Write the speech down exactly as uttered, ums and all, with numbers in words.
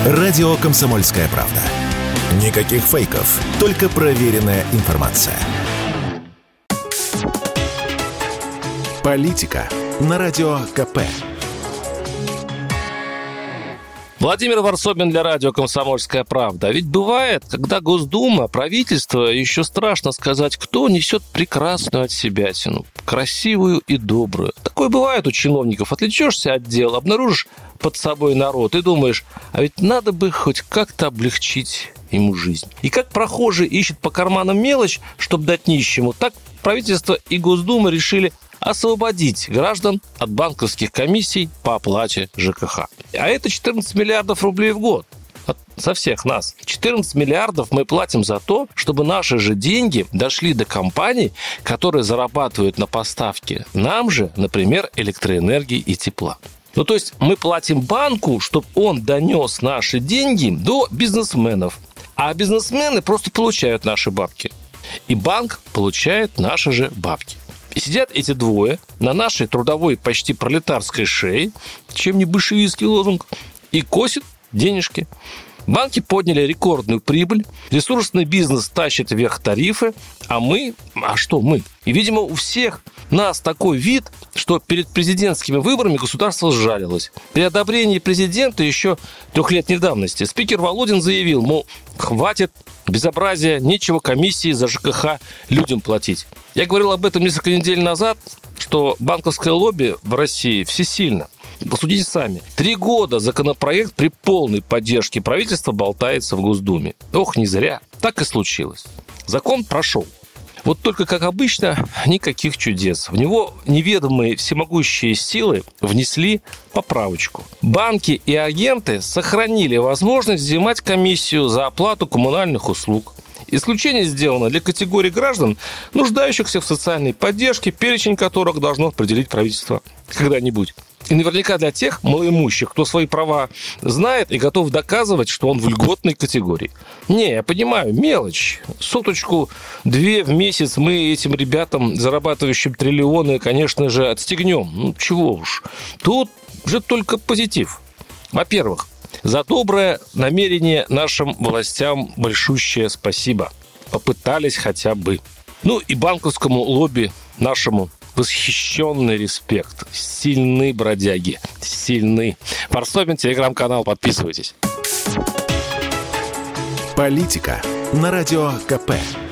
Радио «Комсомольская правда». Никаких фейков, только проверенная информация. Политика на Радио КП. Владимир Варсобин для радио «Комсомольская правда». Ведь бывает, когда Госдума, правительство, еще страшно сказать, кто несет прекрасную отсебятину, красивую и добрую. Такое бывает у чиновников. Отвлечешься от дела, обнаружишь под собой народ и думаешь, а ведь надо бы хоть как-то облегчить ему жизнь. И как прохожий ищет по карманам мелочь, чтобы дать нищему, так правительство и Госдума решили освободить граждан от банковских комиссий по оплате ЖКХ. А это четырнадцать миллиардов рублей в год. От, со всех нас. четырнадцать миллиардов мы платим за то, чтобы наши же деньги дошли до компаний, которые зарабатывают на поставке нам же, например, электроэнергии и тепла. Ну, то есть мы платим банку, чтобы он донес наши деньги до бизнесменов. А бизнесмены просто получают наши бабки. И банк получает наши же бабки. И сидят эти двое на нашей трудовой почти пролетарской шее, чем не большевистский лозунг, и косят денежки. Банки подняли рекордную прибыль, ресурсный бизнес тащит вверх тарифы, а мы... А что мы? И, видимо, у всех нас такой вид, что перед президентскими выборами государство сжалилось. При одобрении президента еще трехлетней давности спикер Володин заявил, мол, хватит безобразия, нечего комиссии за ЖКХ людям платить. Я говорил об этом несколько недель назад, что банковское лобби в России всесильно. Посудите сами. Три года законопроект при полной поддержке правительства болтается в Госдуме. Ох, не зря. Так и случилось. Закон прошел. Вот только, как обычно, никаких чудес. В него неведомые всемогущие силы внесли поправочку. Банки и агенты сохранили возможность взимать комиссию за оплату коммунальных услуг. Исключение сделано для категорий граждан, нуждающихся в социальной поддержке, перечень которых должно определить правительство когда-нибудь. И наверняка для тех малоимущих, кто свои права знает и готов доказывать, что он в льготной категории. Не, я понимаю, мелочь. Соточку-две в месяц мы этим ребятам, зарабатывающим триллионы, конечно же, отстегнем. Ну, чего уж. Тут же только позитив. Во-первых, за доброе намерение нашим властям большущее спасибо. Попытались хотя бы. Ну и банковскому лобби нашему восхищенный респект. Сильны бродяги. Сильны. Варсобин, телеграм-канал. Подписывайтесь. Политика на Радио КП.